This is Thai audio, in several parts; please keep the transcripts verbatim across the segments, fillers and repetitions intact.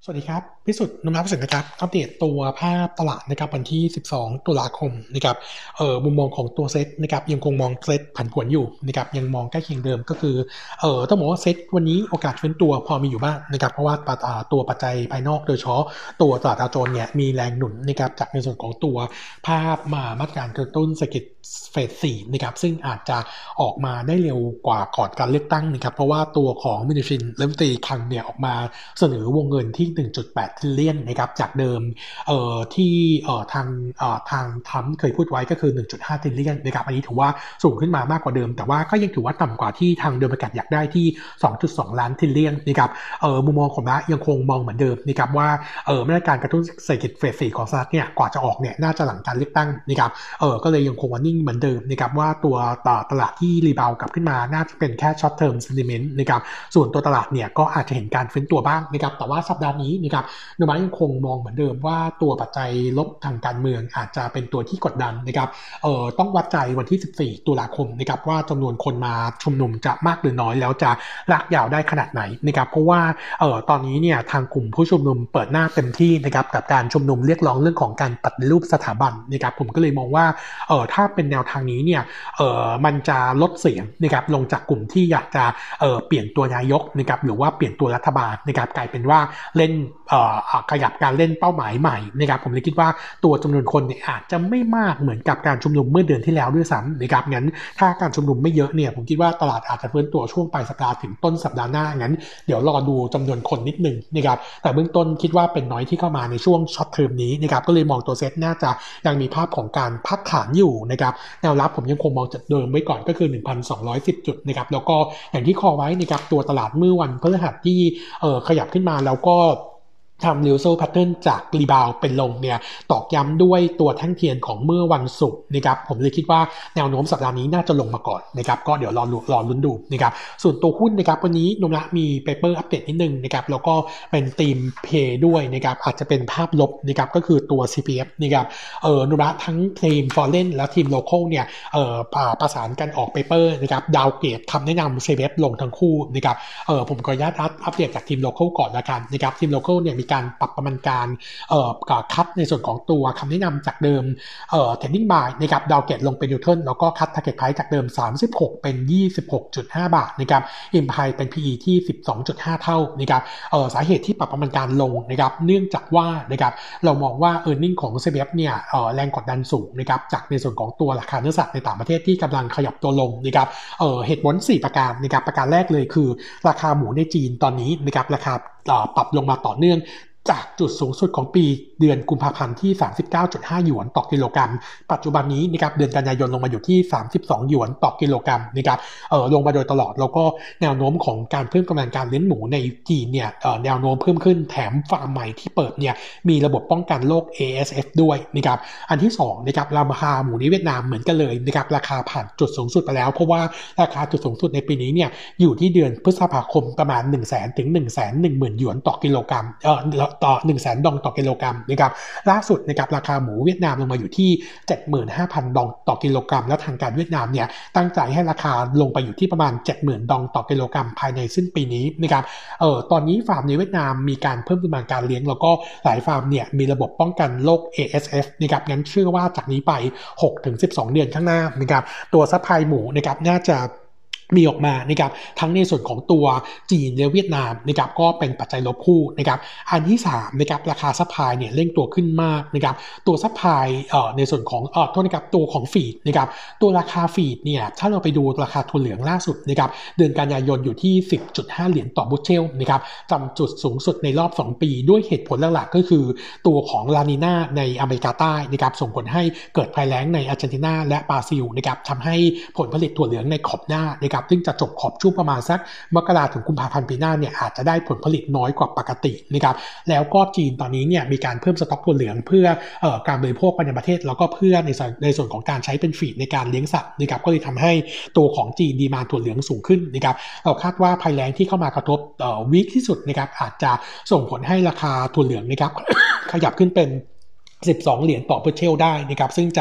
สวัสดีครับพิสุทธิ์นมรักประสิทธิ์นะครับอัปเดตตัวภาพตลาดนะครับวันที่สิบสองตุลาคมนะครับเอ่อมุมมองของตัวเซ็ตนะครับยังคงมองเซ็ตผันผวนอยู่นะครับยังมองใกล้เคียงเดิมก็คือเอ่อต้องบอกว่าเซ็ตวันนี้โอกาสฟื้นตัวพอมีอยู่บ้างนะครับเพราะว่าปัจอ่าตัวปัจจัยภายนอกโดยเฉพาะตัวตลาดดาวโจนส์เนี่ยมีแรงหนุนนะครับจากในส่วนของตัวภาพมามาตรการกระตุ้นเศรษฐกิจเฟสสี่นะครับซึ่งอาจจะออกมาได้เร็วกว่าก่อนการเลือกตั้งนะครับเพราะว่าตัวของมินิฟินรัฐมนตรีคลังเนี่ยออกมาเสนอวงเงินที่ หนึ่งจุดแปด ทริลเลียนนะครับจากเดิมเอ่อที่เอ่อทางเอ่อทางทรัมป์เคยพูดไว้ก็คือ หนึ่งจุดห้า ทริลเลียนนะครับอันนี้ถือว่าสูงขึ้นมามากกว่าเดิมแต่ว่าก็ยังถือว่าต่ำกว่าที่ทางเดิมประกาศอยากได้ที่ สองจุดสอง ล้านทริลเลียนนะครับเอ่อมุมมองของรัฐยังคงมองเหมือนเดิมนะครับว่าเอ่อมาตรการกระตุ้นเศรษฐกิจเฟสสี่ของสหรัฐเนี่ยกว่าจะออกเนี่ยน่าจะหลังการเลือกตั้งนะครับเออก็เลยยังคงว่านิ่งเหมือนเดิมนะครับว่าตัวตลาดที่รีบาวกลับขึ้นมาน่าจะเป็นแค่ short term sentiment นะครับส่วนตัวตลาดเนี่ยก็อาจจะเห็นการฟื้นตัวบ้างนะครับแต่ว่าสัปดาห์นี้นะครับโนมายังคงมองเหมือนเดิมว่าตัวปัจจัยลบทางการเมืองอาจจะเป็นตัวที่กดดันนะครับเอ่อต้องวัดใจวันที่สิบสี่ตุลาคมนะครับว่าจำนวนคนมาชุมนุมจะมากหรือน้อยแล้วจะลากยาวได้ขนาดไหนนะครับเพราะว่าเอ่อตอนนี้เนี่ยทางกลุ่มผู้ชุมนุมเปิดหน้าเต็มที่นะครับกับการชุมนุมเรียกร้องเรื่องของการปฏิรูปสถาบันนะครับผมก็เลยมองว่าเอ่อถ้าเป็นแนวทางนี้เนี่ยเอ่อมันจะลดเสียงนะครับลงจากกลุ่มที่อยากจะเอ่อเปลี่ยนตัวนายกนะครับหรือว่าเปลี่ยนตัวรัฐบาลนะครับกลายเป็นว่าเล่นเอ่อขยับการเล่นเป้าหมายใหม่นะครับผมเลยคิดว่าตัวจำนวนคนเนี่ยอาจจะไม่มากเหมือนกับการชุมนุมเมื่อเดือนที่แล้วด้วยซ้ำนะครับงั้นถ้าการชุมนุมไม่เยอะเนี่ยผมคิดว่าตลาดอาจจะฟื้นตัวช่วงปลายสัปดาห์ถึงต้นสัปดาห์หน้างั้นเดี๋ยวรอดูจำนวนคนนิดนึงนะครับแต่เบื้องต้นคิดว่าเป็นน้อยที่เข้ามาในช่วงช็อตเทอมนี้นะครับก็เลยมองตัวเซ็ตน่าจะยังมีภาพของการพักฐานอยู่นะครับแนวรับผมยังคงมองจุดเดิมไว้ก่อนก็คือ หนึ่งพันสองร้อยสิบ จุดนะครับแล้วก็อย่างที่คอไว้นะครับตัวตลาดเมื่อวันพฤหัสที่เอ่อขยับขึ้นมาแล้วก็ทำ reversal pattern จากรีบาวเป็นลงเนี่ยตอกย้ำด้วยตัวแท่งเทียนของเมื่อวันศุกร์นะครับผมเลยคิดว่าแนวโน้มสัปดาห์นี้น่าจะลงมาก่อนนะครับก็เดี๋ยวรอรอลุ้นดูนะครับส่วนตัวหุ้นนะครับวันนี้นมละมีเปเปอร์อัปเดตนิดนึงนะครับแล้วก็เป็นธีมเพย์ด้วยนะครับอาจจะเป็นภาพลบนะครับก็คือตัว ซี พี เอฟ นะครับเออนมละทั้งทีม foreign และทีม local เนี่ยเออประสานกันออกเปเปอร์นะครับดาวเกรดคำแนะนำ ซี พี เอฟ ลงทั้งคู่นะครับเออผมขออนุญาตอัปเดตจากทีม local ก่อนละกันนะครับทีม local เนี่ยมีการปรับประมาณการเอ่อคัดในส่วนของตัวคำแนะนำจากเดิมเอ่อ trading buy นะครับดาวเกตลงเป็นนิวเทิลแล้วก็คัด target price จากเดิมสามสิบหกเป็น ยี่สิบหกจุดห้า บาทนะครับ implied เป็น พี อี ที่ สิบสองจุดห้า เท่านะครับเอ่อสาเหตุที่ปรับประมาณการลงนะครับเนื่องจากว่านะครับเรามองว่า earning ของ ซี พี เอฟ เนี่ยเอ่อแรงกดดันสูงนะครับจากในส่วนของตัวราคาเนื้อสัตว์ในต่างประเทศที่กำลังขยับตัวลงนะครับเอ่อเหตุผลสี่ประการนะครับประการแรกเลยคือราคาหมูในจีนตอนนี้นะครับราคาปรับลงมาต่อเนื่องจากจุดสูงสุดของปีเดือนกุมภาพันธ์ที่ สามสิบเก้าจุดห้า หยวนต่อกิโลกรัมปัจจุบันนี้นะครับเดือนกันยายนลงมาอยู่ที่สามสิบสองหยวนต่อกิโลกรัมนะครับเอ่อลงมาโดยตลอดแล้วก็แนวโน้มของการเพิ่มกำลังการเลี้ยงหมูในจีนเนี่ยเอ่อแนวโน้มเพิ่มขึ้นแถมฟาร์มใหม่ที่เปิดเนี่ยมีระบบป้องกันโรค เอ เอส เอฟ ด้วยนะครับอันที่สองนะครับราคาหมูในเวียดนามเหมือนกันเลยนะครับราคาผ่านจุดสูงสุดไปแล้วเพราะว่าราคาจุดสูงสุดในปีนี้เนี่ยอยู่ที่เดือนพฤษภาคมประมาณ หนึ่งแสน ถึง หนึ่งแสนหนึ่งหมื่น หยวนต่อกิโลกรัมเอ่อต่อ หนึ่งแสน ดองต่อกิโลกรัมนะครับล่าสุดนะครับราคาหมูเวียดนามลงมาอยู่ที่ เจ็ดหมื่นห้าพัน ดองต่อกิโลกรัมและทางการเวียดนามเนี่ยตั้งใจให้ราคาลงไปอยู่ที่ประมาณ เจ็ดหมื่น ดองต่อกิโลกรัมภายในสิ้นปีนี้นะครับเอ่อตอนนี้ฟาร์มในเวียดนามมีการเพิ่มปริมาณการเลี้ยงแล้วก็หลายฟาร์มเนี่ยมีระบบป้องกันโรค เอ เอส เอฟ นะครับงั้นเชื่อว่าจากนี้ไป หกถึงสิบสอง เดือนข้างหน้านะครับตัวซัพพลายหมูนะครับน่าจะมีออกมานะครับทั้งในส่วนของตัวจีนและเวียดนามนะครับก็เป็นปัจจัยลบคู่นะครับอันที่สามนะครับราคาซัพพลายเนี่ยเร่งตัวขึ้นมากนะครับตัวซัพพลายเอ่อในส่วนของเอ่อโทษนะครับตัวของฟีดนะครับตัวราคาฟีดเนี่ยถ้าเราไปดูราคาถั่วเหลืองล่าสุดนะครับเดือนกันยายนอยู่ที่ สิบจุดห้า เหรียญต่อบุชเชลนะครับจำจุดสูงสุดในรอบสองปีด้วยเหตุผลหลักๆก็คือตัวของลานีนาในอเมริกาใต้นะครับส่งผลให้เกิดภัยแล้งในอาร์เจนตินาและบราซิลนะครับทำให้ผลผลิตถั่วเหลืองในขอบหน้าซึ่งจะจบขอบช่วงประมาณสักมกราถึงกุมภาพันธ์ปีหน้าเนี่ยอาจจะได้ผลผลิตน้อยกว่าปกตินะครับแล้วก็จีนตอนนี้เนี่ยมีการเพิ่มสต็อกถั่วเหลืองเพื่อเอ่อการบริโภคภายในประเทศแล้วก็เพื่อในส่วนในส่วนของการใช้เป็นฟีดในการเลี้ยงสัตว์นะครับก็เลยทำให้ตัวของจีนดีมานด์ถั่วเหลืองสูงขึ้นนะครับเราคาดว่าภัยแล้งที่เข้ามากระทบเอ่อวีคที่สุดนะครับอาจจะส่งผลให้ราคาถั่วเหลืองนะครับ ขยับขึ้นเป็น สิบสอง เหรียญต่อบุชเชลได้นะครับซึ่งจะ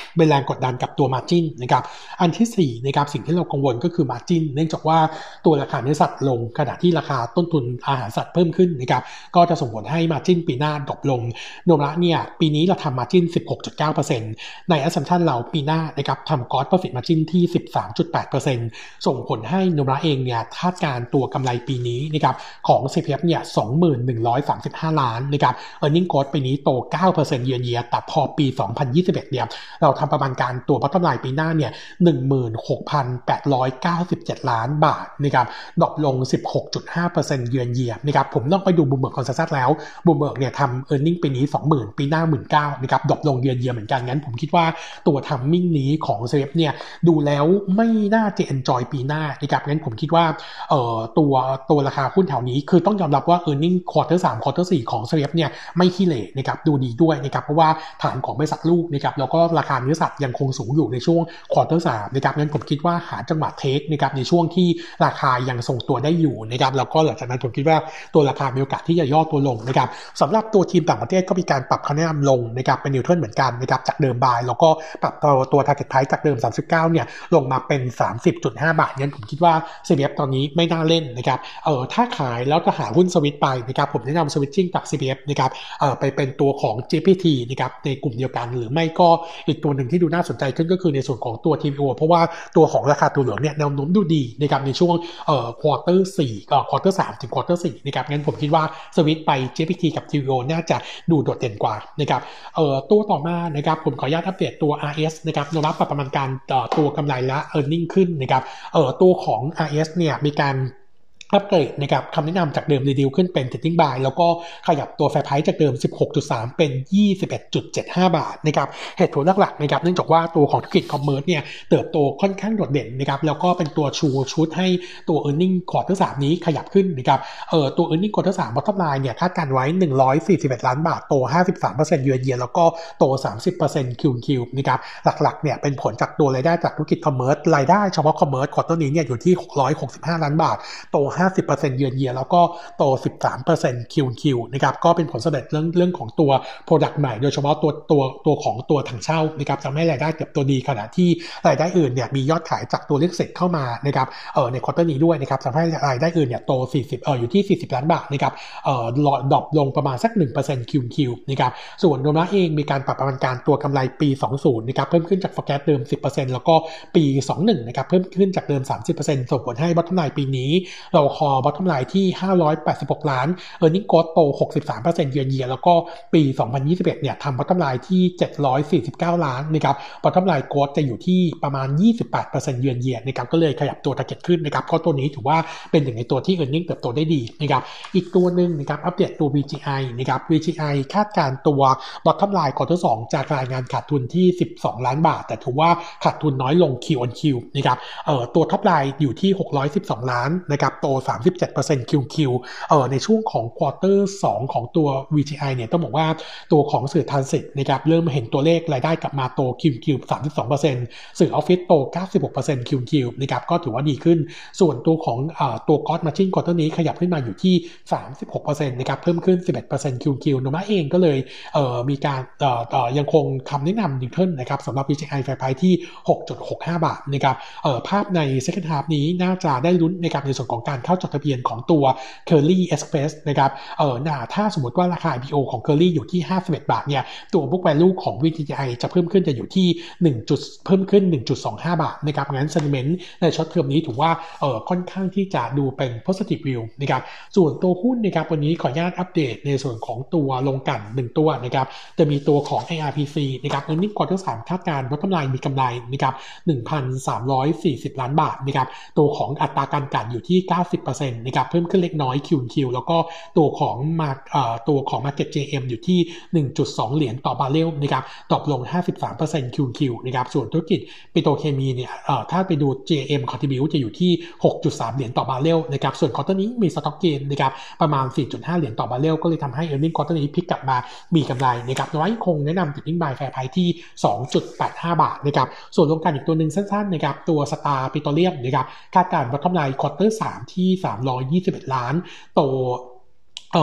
เป็นแรงกดดันกับตัว margin นะครับอันที่สี่นะครับสิ่งที่เรากังวลก็คือ margin เนื่องจากว่าตัวราคาเนื้อสัตว์ลงขณะที่ราคาต้นทุนอาหารสัตว์เพิ่มขึ้นนะครับก็จะส่งผลให้ margin ปีหน้าดรอปลงโนระเนี่ยปีนี้เราทำ margin สิบหกจุดเก้าเปอร์เซ็นต์ ใน assumption เราปีหน้านะครับทำ gross profit margin ที่ สิบสามจุดแปดเปอร์เซ็นต์ ส่งผลให้โนระเองเนี่ยคาดการตัวกำไรปีนี้นะครับของ ซี พี เอฟ เนี่ย สองหมื่นหนึ่งร้อยสามสิบห้า ล้านนะครับ earning growth ปีนี้โต เก้าเปอร์เซ็นต์ year on year แต่พอปี สองพันยี่สิบเอ็ด เนี่ยเราทำประมาณการตัว bottom line ปีหน้าเนี่ย หนึ่งหมื่นหกพันแปดร้อยเก้าสิบเจ็ด ล้านบาทนะครับดรอปลง สิบหกจุดห้าเปอร์เซ็นต์ year on year นะครับผมลองไปดู Bloomberg Consensus แล้ว Bloomberg เนี่ยทำ earning ปีนี้ สองหมื่น ปีหน้า หนึ่งหมื่นเก้าพัน นะครับดรอปลง year on year เหมือนกันงั้นผมคิดว่าตัว timing นี้ของ ซี พี เอฟ เนี่ยดูแล้วไม่น่าจะ enjoy ปีหน้านะครับงั้นผมคิดว่าเอ่อตัวตัวราคาหุ้นแถวนี้คือต้องยอมรับว่า earning quarter สาม quarter สี่ของ ซี พี เอฟ เนี่ยไม่ขี้เหร่นะครับดูดีด้วยนะครับเพราะว่าฐานของบริษัทลูกนะครับแล้วก็ราคาเนื้อสัตว์ยังคงสูงอยู่ในช่วง quarter สามนะครับงั้นผมคิดว่าหาจังหวะเทคนะครับในช่วงที่ราคายังทรงตัวได้อยู่นะครับแล้วก็หลังจากนั้นผมคิดว่าตัวราคามีโอกาสที่จะย่อตัวลงนะครับสำหรับตัวทีมต่างประเทศก็มีการปรับคำแนะนำลงนะครับเป็นนิวทรัลเหมือนกันนะครับจากเดิมบายแล้วก็ปรับตัวตัว target price จากเดิมสามสิบเก้าเนี่ยลงมาเป็น สามสิบจุดห้า บาทงั้นผมคิดว่า ซี พี เอฟ ตอนนี้ไม่น่าเล่นนะครับเอ่อถ้าขายแล้วจะหาหุ้นสวิตช์ไปนะครับผมแนะนำสวิตชิ่งจาก ซี พี เอฟ นะครับเอ่อไปเป็นตัวของ จี พี ที นะครับในกลุ่มเดียวกันหรือไม่ก็อีกตัวหนึ่งที่ดูน่าสนใจขึ้นก็คือในส่วนของตัว ที วี โอ เพราะว่าตัวของราคาตัวเหลืองเนี่ยแนวโน้มดูดีนะครับในช่วงเอ่อ quarter สี่ก็ quarter สามถึง quarter สี่นะครับงั้นผมคิดว่าสวิตช์ไป จี พี ที กับ ที วี โอ น่าจะดูโดดเด่นกว่านะครับเอ่อตัวต่อมานะครับผมขออนุญาตอัปเดตตัว อาร์ เอส นะครับโนรับประมาณการตัวกำไรและ earning ขึ้นนะครับเอ่อตัวของ อาร์ เอส เนี่ยมีการอัปเกรดนะครับคำแนะนำจากเดิมรีดิวขึ้นเป็น Trading Buy แล้วก็ขยับตัว Fair Price จากเดิม สิบหกจุดสาม เป็น ยี่สิบเอ็ดจุดเจ็ดห้า บาทนะครับเหตุผลหลักๆนะครับเนื่องจากว่าตัวของธุรกิจคอมเมอร์สเนี่ยเติบโตค่อนข้างโดดเด่นนะครับแล้วก็เป็นตัวชูชุดให้ตัว Earning Quarter สามนี้ขยับขึ้นนะครับเอ่อตัว Earning Quarter สาม Bottom Line เนี่ยคาดการไว้หนึ่งร้อยสี่สิบเอ็ดล้านบาทโต ห้าสิบสามเปอร์เซ็นต์ year on year แล้วก็โต สามสิบเปอร์เซ็นต์ Q on Q นะครับหลักๆเนี่ยเป็นผลจากตัวรายได้จากธุรกิจคอมเมอร์สรายได้เฉพาะคอมเมอร์สควอเตอร์นี้เนี่ยอยู่ที่หกร้อยหกสิบห้าล้านบาทโต ห้าสิบเปอร์เซ็นต์ year on year แล้วก็โต สิบสามเปอร์เซ็นต์ Q on Q นะครับก็เป็นผลสำเร็จเรื่องเรื่องของตัว product ใหม่โดยเฉพาะตัวตัวตัวของตัวถังเช่านะครับทำให้รายได้เติบโตดีขณะที่รายได้อื่นเนี่ยมียอดขายจากตัวเลขเสร็จเข้ามานะครับเอ่อในควอเตอร์นี้ด้วยนะครับทำให้รายได้อื่นเนี่ยโตสี่สิบเอ่ออยู่ที่สี่สิบล้านบาทนะครับเอ่อดรอปลงประมาณสัก หนึ่งเปอร์เซ็นต์ Q on Q นะครับส่วนโนราเองมีการปรับประมาณการตัวกำไรปียี่สิบนะครับเพิ่มขึ้นจาก forecast เดิม สิบเปอร์เซ็นต์ แล้วก็ปียี่สิบเอ็ดนะครับเพิ่มขึ้นจากเดิม สามสิบเปอร์เซ็นต์ ส่งผลให้ bottom line ปีนี้เราคอ bottom line ที่ห้าร้อยแปดสิบหกล้าน earning growth โต หกสิบสามเปอร์เซ็นต์ year on year แล้วก็ปีสองพันยี่สิบเอ็ดเนี่ยทำ bottom line ที่เจ็ดร้อยสี่สิบเก้าล้านนะครับ bottom line growth จะอยู่ที่ประมาณ ยี่สิบแปดเปอร์เซ็นต์ year on year นะครับก็เลยขยับตัว target ขึ้นนะครับเพราะตัวนี้ถือว่าเป็นหนึ่งในตัวที่ earning เติบโตได้ดีนะครับอีกตัวนึงนะครับอัปเดตตัว วี จี ไอ นะครับ วี จี ไอ คาดการตัว bottom line quarter สองจะรายงานขาดทุนที่สิบสองล้านบาทแต่ถือว่าขาดทุนน้อยลง Q on Q นะครับเอ่อตัว top line อยู่ที่หกร้อยสิบสองล้านนะครับโต สามสิบเจ็ดเปอร์เซ็นต์ Q on Q เอ่อในช่วงของ quarter สองของตัว วี จี ไอ เนี่ยต้องบอกว่าตัวของสื่อทรานสิตนะครับเริ่มเห็นตัวเลขรายได้กลับมาโต Q on Q สามสิบสองเปอร์เซ็นต์ สื่อออฟฟิศโต เก้าสิบหกเปอร์เซ็นต์ Q on Q นะครับก็ถือว่าดีขึ้นส่วนตัวของเอ่อตัว gross margin quarter นี้ขยับขึ้นมาอยู่ที่ สามสิบหกเปอร์เซ็นต์ นะครับเพิ่มขึ้น สิบเอ็ดเปอร์เซ็นต์ Q on Q โนมาเองก็เลยเอ่อมีการเอ่อเอ่อยังคงคำแนะนำนิวเทิลนะครับสำหรับ วี จี ไอ Fair Price ที่ หกจุดหกห้า บาทนะครับเอ่อภาพใน second half นี้น่าจะได้ลุ้นนะครับในส่วนของการเข้าจดทะเบียนของตัว Curly Express นะครับเอ่อถ้าสมมติว่าราคา ไอ พี โอ ของ Curly อยู่ที่ห้าสิบเอ็ดบาทเนี่ยตัว book value ของ วี จี ไอ จะเพิ่มขึ้นจะอยู่ที่1จุดเพิ่มขึ้น หนึ่งจุดสองห้า บาทนะครับงั้น sentiment ใน short term นี้ถือว่าเอ่อค่อนข้างที่จะดูเป็น positive view นะครับส่วนตัวหุ้นนะครับวันนี้ขออนุญาตอัปเดตในส่วนของตัวลงกลั่นหนึ่งตัวนะครับจะมีตัวของ ไอ อาร์ พี ซี นะครับ earning quarter สามคาดการณ์ bottom line มีกำไรนะครับ หนึ่งพันสามร้อยสี่สิบ ล้านบาทนะครับตัวของอัตราการกลั่นอยู่ที่ เก้าสิบเปอร์เซ็นต์ นะครับเพิ่มขึ้นเล็กน้อย Q on Q แล้วก็ตัวของมาเอ่อตัวของ market เจ เอ็ม อยู่ที่ หนึ่งจุดสอง เหรียญต่อบาร์เรลนะครับดรอปลง ห้าสิบสามเปอร์เซ็นต์ Q on Q นะครับส่วนธุรกิจปิโตรเคมีเนี่ยเอ่อถ้าไปดู เจ เอ็ม contribute จะอยู่ที่ หกจุดสาม เหรียญต่อบาร์เรลนะครับส่วนควอเตอร์นี้มี stock gain นะครับประมาณ สี่จุดห้า เหรียญต่อบาร์เรลก็เลยทำให้ earning quarter นี้พลิกกลับมามีกำไรนะครับน้อยคงแนะนำ Trading Buy Fair Price ที่ สองจุดแปดห้า บาทนะครับส่วนลงกันอีกตัวหนึ่งสั้นๆนะครับตัว Star Petroleum นะครับคาดการณ์ bottom line quarter สามที่สามร้อยยี่สิบเอ็ดล้านโตเอ่อ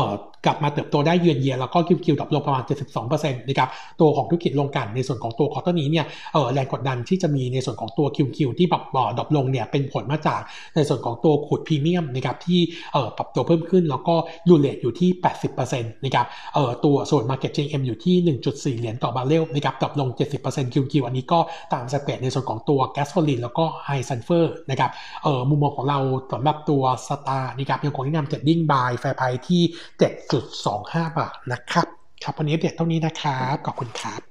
กลับมาเติบโตได้เยือนเยียแล้วก็ คิว คิว ดรอปลงประมาณ เจ็ดสิบสองเปอร์เซ็นต์ นะครับตัวของธุรกิจโรงกลั่นในส่วนของตัวควอเตอร์นี้เนี่ยเอ่อแรงกดดันที่จะมีในส่วนของตัว คิว คิว ที่ปรับดรอปลงเนี่ยเป็นผลมาจากในส่วนของตัวขูดพรีเมียมนะครับที่เอ่อปรับตัวเพิ่มขึ้นแล้วก็ยูเรทอยู่ที่ แปดสิบเปอร์เซ็นต์ นะครับเอ่อตัวส่วน Market จี เอ็ม อยู่ที่ หนึ่งจุดสี่ เหรียญต่อบาร์เรลนะครับดรอปลง เจ็ดสิบเปอร์เซ็นต์ คิว คิว อันนี้ก็ตามสเตทในส่วนของตัวแก๊สโซลินแล้วก็ไฮซัลเฟอร์นะครับเอ่อมุมมองของเราสำหรับตัวสตาร์นะครับยังคงแนะนำเทรดดิ้งบายแฟร์ไพรส์ที่ เจ็ดจุดสองห้า บาทนะครับครับวันนี้เด็ดเท่านี้นะครับขอบคุณครับ